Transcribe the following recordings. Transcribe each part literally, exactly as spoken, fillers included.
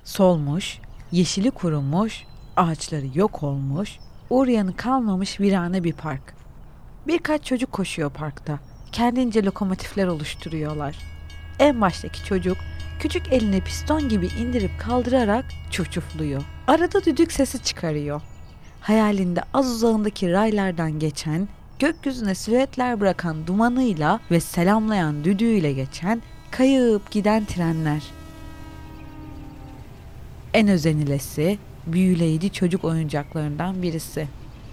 Solmuş, yeşili kurumuş, ağaçları yok olmuş, uğrayanı kalmamış virane bir park. Birkaç çocuk koşuyor parkta. Kendince lokomotifler oluşturuyorlar. En baştaki çocuk küçük elini piston gibi indirip kaldırarak çufçufluyor. Arada düdük sesi çıkarıyor. Hayalinde az uzağındaki raylardan geçen, gökyüzüne silüetler bırakan dumanıyla ve selamlayan düdüğüyle geçen, kayıp giden trenler. En özenilesi, büyüleyici çocuk oyuncaklarından birisi.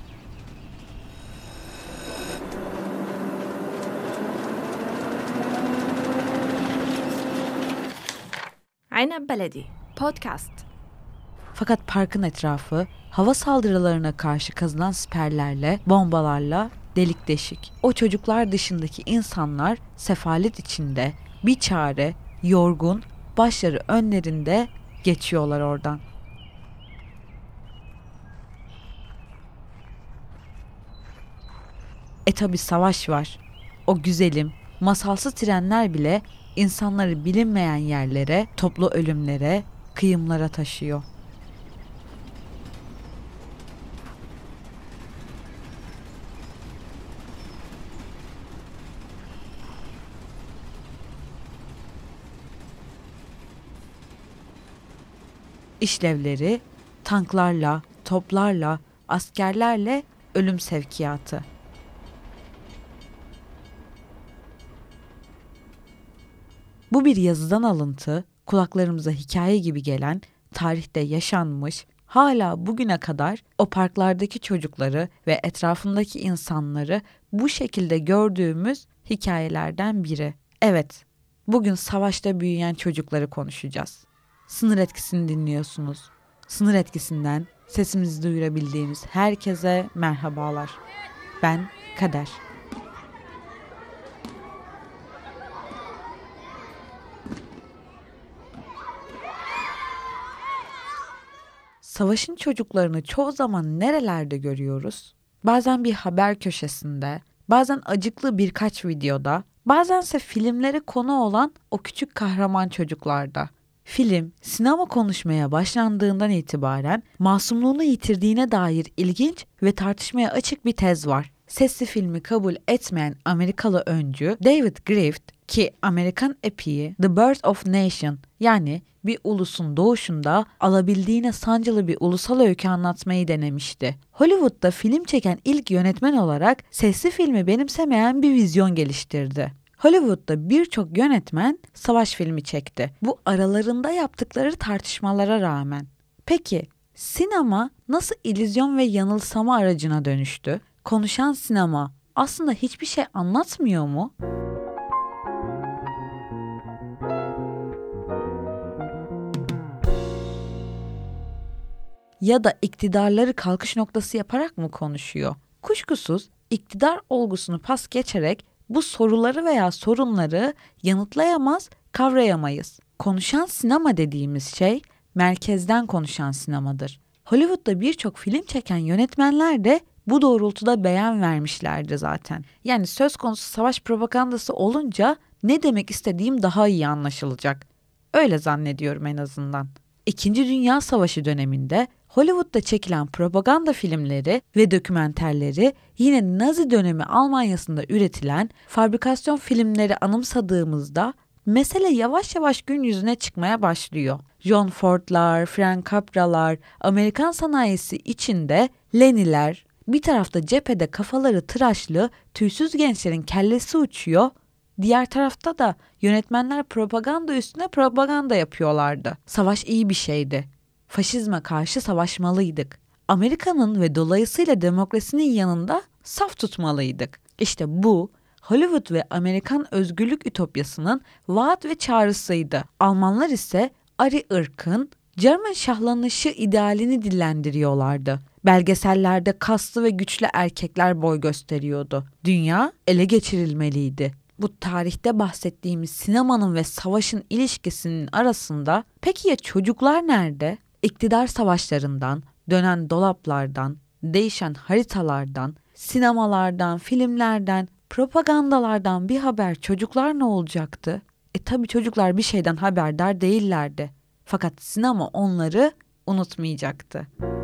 Aynab Beledi Podcast. Fakat parkın etrafı hava saldırılarına karşı kazılan siperlerle, bombalarla delik deşik. O çocuklar dışındaki insanlar sefalet içinde, biçare, yorgun, başları önlerinde geçiyorlar oradan. E tabi savaş var. O güzelim, masalsı trenler bile insanları bilinmeyen yerlere, toplu ölümlere, kıyımlara taşıyor. İşlevleri tanklarla, toplarla, askerlerle ölüm sevkiyatı. Bu bir yazıdan alıntı, kulaklarımıza hikaye gibi gelen, tarihte yaşanmış, hala bugüne kadar o parklardaki çocukları ve etrafındaki insanları bu şekilde gördüğümüz hikayelerden biri. Evet, bugün savaşta büyüyen çocukları konuşacağız. Sınır etkisini dinliyorsunuz. Sınır etkisinden sesimizi duyurabildiğimiz herkese merhabalar. Ben Kader. Savaşın çocuklarını çoğu zaman nerelerde görüyoruz? Bazen bir haber köşesinde, bazen acıklı birkaç videoda, bazense filmlere konu olan o küçük kahraman çocuklarda. Film, sinema konuşmaya başlandığından itibaren masumluğunu yitirdiğine dair ilginç ve tartışmaya açık bir tez var. Sesli filmi kabul etmeyen Amerikalı öncü David Griffith, ki Amerikan epiği The Birth of Nation, yani bir ulusun doğuşunda alabildiğine sancılı bir ulusal öykü anlatmayı denemişti. Hollywood'da film çeken ilk yönetmen olarak sesli filmi benimsemeyen bir vizyon geliştirdi. Hollywood'da birçok yönetmen savaş filmi çekti. Bu aralarında yaptıkları tartışmalara rağmen. Peki sinema nasıl illüzyon ve yanılsama aracına dönüştü? Konuşan sinema aslında hiçbir şey anlatmıyor mu? Ya da iktidarları kalkış noktası yaparak mı konuşuyor? Kuşkusuz iktidar olgusunu pas geçerek bu soruları veya sorunları yanıtlayamaz, kavrayamayız. Konuşan sinema dediğimiz şey merkezden konuşan sinemadır. Hollywood'da birçok film çeken yönetmenler de bu doğrultuda beyan vermişlerdi zaten. Yani söz konusu savaş propagandası olunca ne demek istediğim daha iyi anlaşılacak. Öyle zannediyorum en azından. İkinci Dünya Savaşı döneminde Hollywood'da çekilen propaganda filmleri ve dokümenterleri yine Nazi dönemi Almanya'sında üretilen fabrikasyon filmleri anımsadığımızda mesele yavaş yavaş gün yüzüne çıkmaya başlıyor. John Ford'lar, Frank Capra'lar, Amerikan sanayisi içinde Leni'ler, bir tarafta cephede kafaları tıraşlı, tüysüz gençlerin kellesi uçuyor, diğer tarafta da yönetmenler propaganda üstüne propaganda yapıyorlardı. Savaş iyi bir şeydi. Faşizme karşı savaşmalıydık. Amerika'nın ve dolayısıyla demokrasinin yanında saf tutmalıydık. İşte bu Hollywood ve Amerikan özgürlük ütopyasının vaat ve çağrısıydı. Almanlar ise Ari ırkın Cermen şahlanışı idealini dillendiriyorlardı. Belgesellerde kaslı ve güçlü erkekler boy gösteriyordu. Dünya ele geçirilmeliydi. Bu tarihte bahsettiğimiz sinemanın ve savaşın ilişkisinin arasında peki ya çocuklar nerede? İktidar savaşlarından, dönen dolaplardan, değişen haritalardan, sinemalardan, filmlerden, propagandalardan bir haber çocuklar ne olacaktı? E tabi çocuklar bir şeyden haberdar değillerdi. Fakat sinema onları unutmayacaktı.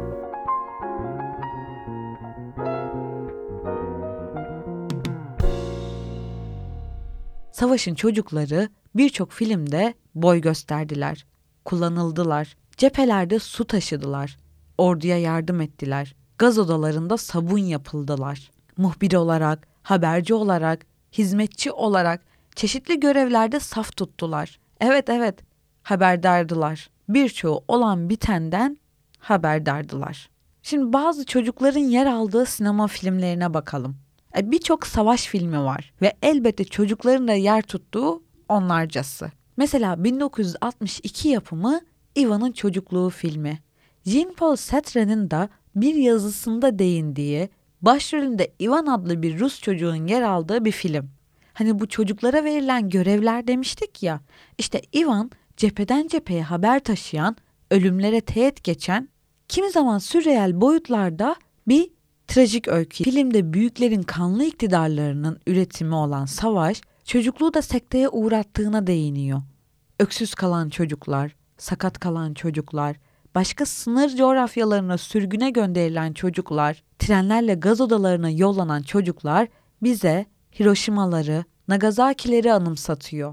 Savaşın çocukları birçok filmde boy gösterdiler, kullanıldılar, cephelerde su taşıdılar, orduya yardım ettiler, gaz odalarında sabun yapıldılar. Muhbir olarak, haberci olarak, hizmetçi olarak çeşitli görevlerde saf tuttular. Evet evet, haberdardılar. Birçoğu olan bitenden haberdardılar. Şimdi bazı çocukların yer aldığı sinema filmlerine bakalım. E, birçok savaş filmi var ve elbette çocukların da yer tuttuğu onlarcası. Mesela bin dokuz yüz altmış iki yapımı Ivan'ın Çocukluğu filmi. Jean-Paul Sartre'nin de bir yazısında değindiği, başrolünde Ivan adlı bir Rus çocuğun yer aldığı bir film. Hani bu çocuklara verilen görevler demiştik ya, işte Ivan cepheden cepheye haber taşıyan, ölümlere teğet geçen, kimi zaman sürreel boyutlarda bir trajik öykü. Filmde büyüklerin kanlı iktidarlarının üretimi olan savaş, çocukluğu da sekteye uğrattığına değiniyor. Öksüz kalan çocuklar, sakat kalan çocuklar, başka sınır coğrafyalarına sürgüne gönderilen çocuklar, trenlerle gaz odalarına yollanan çocuklar bize Hiroşimaları, Nagasaki'leri anımsatıyor.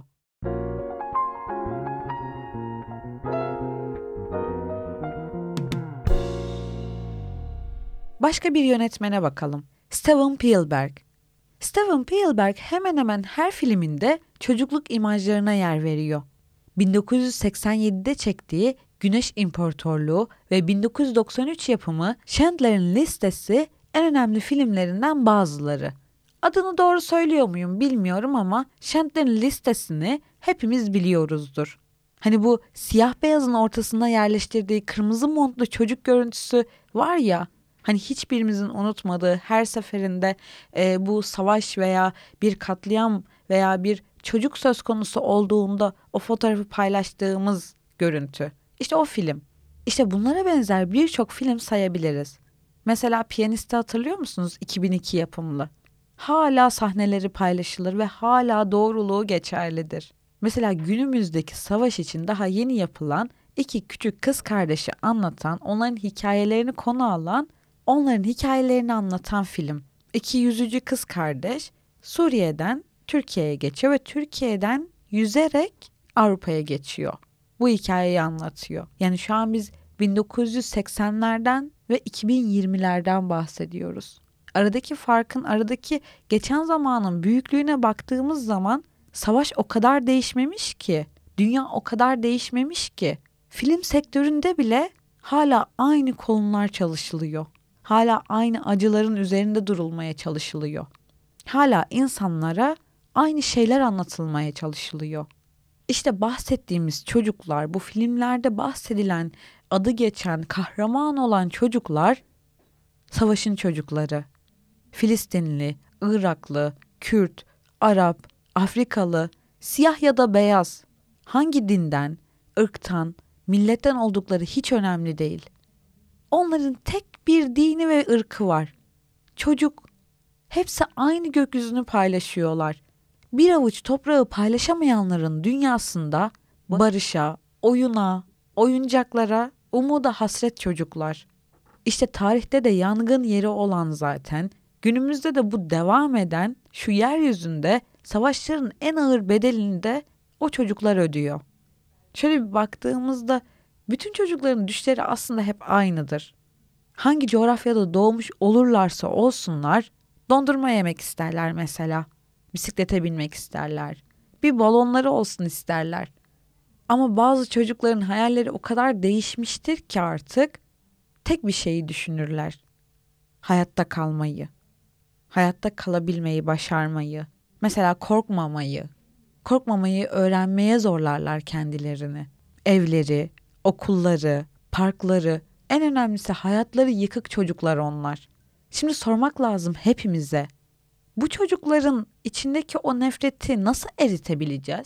Başka bir yönetmene bakalım. Steven Spielberg. Steven Spielberg hemen hemen her filminde çocukluk imajlarına yer veriyor. bin dokuz yüz seksen yedide çektiği Güneş İmparatorluğu ve bin dokuz yüz doksan üç yapımı Schindler'in Listesi en önemli filmlerinden bazıları. Adını doğru söylüyor muyum bilmiyorum ama Schindler'in Listesini hepimiz biliyoruzdur. Hani bu siyah beyazın ortasına yerleştirdiği kırmızı montlu çocuk görüntüsü var ya, hani hiçbirimizin unutmadığı, her seferinde e, bu savaş veya bir katliam veya bir çocuk söz konusu olduğunda o fotoğrafı paylaştığımız görüntü. İşte o film. İşte bunlara benzer birçok film sayabiliriz. Mesela Piyanist'i hatırlıyor musunuz? iki bin iki yapımlı. Hala sahneleri paylaşılır ve hala doğruluğu geçerlidir. Mesela günümüzdeki savaş için daha yeni yapılan iki küçük kız kardeşi anlatan, onların hikayelerini konu alan, onların hikayelerini anlatan film. İki yüzücü kız kardeş Suriye'den Türkiye'ye geçiyor ve Türkiye'den yüzerek Avrupa'ya geçiyor. Bu hikayeyi anlatıyor. Yani şu an biz bin dokuz yüz seksenlerden ve iki bin yirmilerden bahsediyoruz. Aradaki farkın, aradaki geçen zamanın büyüklüğüne baktığımız zaman savaş o kadar değişmemiş ki, dünya o kadar değişmemiş ki, film sektöründe bile hala aynı konular çalışılıyor. Hala aynı acıların üzerinde durulmaya çalışılıyor. Hala insanlara aynı şeyler anlatılmaya çalışılıyor. İşte bahsettiğimiz çocuklar, bu filmlerde bahsedilen, adı geçen, kahraman olan çocuklar, savaşın çocukları. Filistinli, Iraklı, Kürt, Arap, Afrikalı, siyah ya da beyaz, hangi dinden, ırktan, milletten oldukları hiç önemli değil. Onların tek bir dini ve ırkı var. Çocuk. Hepsi aynı gökyüzünü paylaşıyorlar. Bir avuç toprağı paylaşamayanların dünyasında barışa, oyuna, oyuncaklara, umuda hasret çocuklar. İşte tarihte de yangın yeri olan, zaten günümüzde de bu devam eden şu yeryüzünde savaşların en ağır bedelini de o çocuklar ödüyor. Şöyle bir baktığımızda bütün çocukların düşleri aslında hep aynıdır. Hangi coğrafyada doğmuş olurlarsa olsunlar dondurma yemek isterler mesela. Bisiklete binmek isterler. Bir balonları olsun isterler. Ama bazı çocukların hayalleri o kadar değişmiştir ki artık tek bir şeyi düşünürler. Hayatta kalmayı. Hayatta kalabilmeyi, başarmayı. Mesela korkmamayı. Korkmamayı öğrenmeye zorlarlar kendilerini. Evleri, okulları, parkları, en önemlisi hayatları yıkık çocuklar onlar. Şimdi sormak lazım hepimize. Bu çocukların içindeki o nefreti nasıl eritebileceğiz?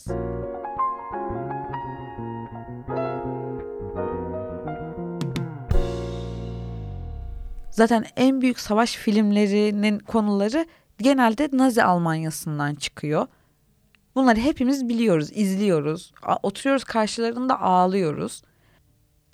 Zaten en büyük savaş filmlerinin konuları genelde Nazi Almanyası'ndan çıkıyor. Bunları hepimiz biliyoruz, izliyoruz. Oturuyoruz karşılarında ağlıyoruz.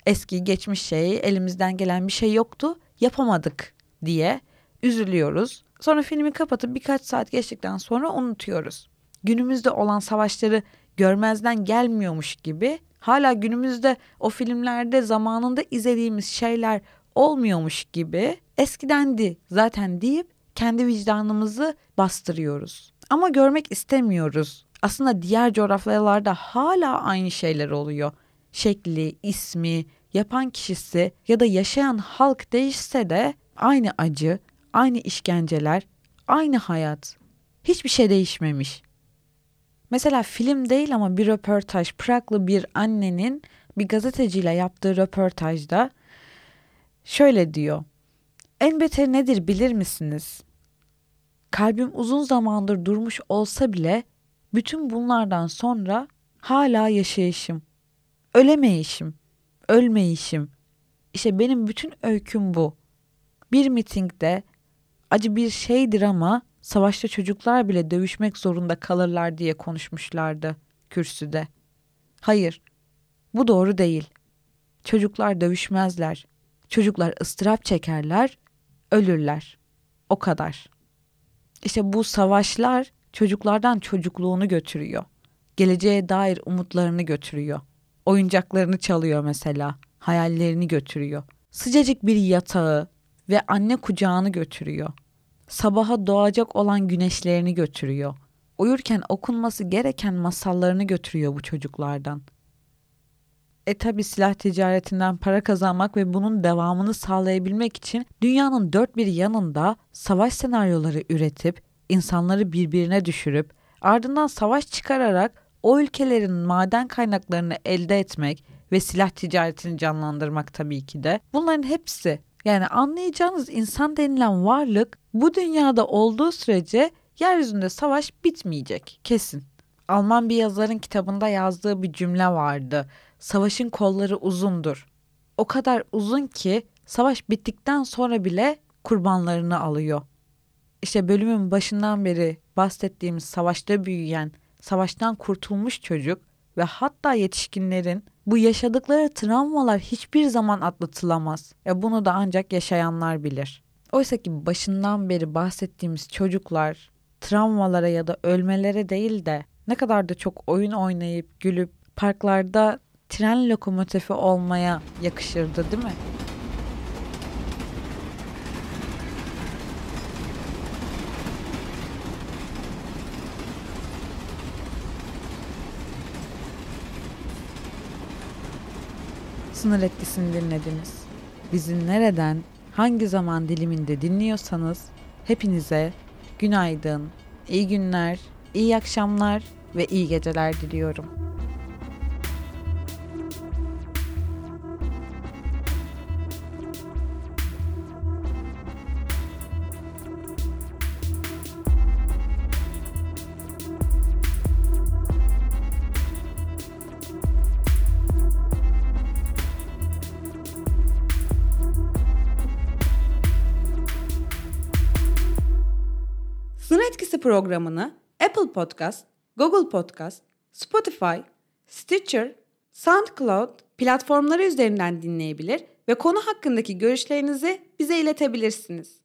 Eski geçmiş şey, elimizden gelen bir şey yoktu, yapamadık diye üzülüyoruz. Sonra filmi kapatıp birkaç saat geçtikten sonra unutuyoruz. Günümüzde olan savaşları görmezden gelmiyormuş gibi, hala günümüzde o filmlerde zamanında izlediğimiz şeyler olmuyormuş gibi eskidendi zaten deyip kendi vicdanımızı bastırıyoruz. Ama görmek istemiyoruz. Aslında diğer coğrafyalarda hala aynı şeyler oluyor. Şekli, ismi, yapan kişisi ya da yaşayan halk değişse de aynı acı, aynı işkenceler, aynı hayat. Hiçbir şey değişmemiş. Mesela film değil ama bir röportaj, Praglı bir annenin bir gazeteciyle yaptığı röportajda şöyle diyor. En beteri nedir bilir misiniz? Kalbim uzun zamandır durmuş olsa bile bütün bunlardan sonra hala yaşayışım, ölemeyişim, ölmeyişim. İşte benim bütün öyküm bu. Bir mitingde acı bir şeydir ama savaşta çocuklar bile dövüşmek zorunda kalırlar diye konuşmuşlardı kürsüde. Hayır, bu doğru değil. Çocuklar dövüşmezler. Çocuklar ıstırap çekerler, ölürler. O kadar. İşte bu savaşlar çocuklardan çocukluğunu götürüyor. Geleceğe dair umutlarını götürüyor. Oyuncaklarını çalıyor mesela, hayallerini götürüyor. Sıcacık bir yatağı ve anne kucağını götürüyor. Sabaha doğacak olan güneşlerini götürüyor. Uyurken okunması gereken masallarını götürüyor bu çocuklardan. E tabi silah ticaretinden para kazanmak ve bunun devamını sağlayabilmek için dünyanın dört bir yanında savaş senaryoları üretip, insanları birbirine düşürüp, ardından savaş çıkararak o ülkelerin maden kaynaklarını elde etmek ve silah ticaretini canlandırmak tabii ki de. Bunların hepsi, yani anlayacağınız insan denilen varlık bu dünyada olduğu sürece yeryüzünde savaş bitmeyecek kesin. Alman bir yazarın kitabında yazdığı bir cümle vardı. Savaşın kolları uzundur. O kadar uzun ki savaş bittikten sonra bile kurbanlarını alıyor. İşte bölümün başından beri bahsettiğimiz savaşta büyüyen, savaştan kurtulmuş çocuk ve hatta yetişkinlerin bu yaşadıkları travmalar hiçbir zaman atlatılamaz. Ya bunu da ancak yaşayanlar bilir. Oysa ki başından beri bahsettiğimiz çocuklar travmalara ya da ölmelere değil de ne kadar da çok oyun oynayıp gülüp parklarda tren lokomotifi olmaya yakışırdı, değil mi? Sınır etkisini dinlediniz. Bizi nereden, hangi zaman diliminde dinliyorsanız hepinize günaydın, iyi günler, iyi akşamlar ve iyi geceler diliyorum. Sınır Etkisi programını Apple Podcast, Google Podcast, Spotify, Stitcher, SoundCloud platformları üzerinden dinleyebilir ve konu hakkındaki görüşlerinizi bize iletebilirsiniz.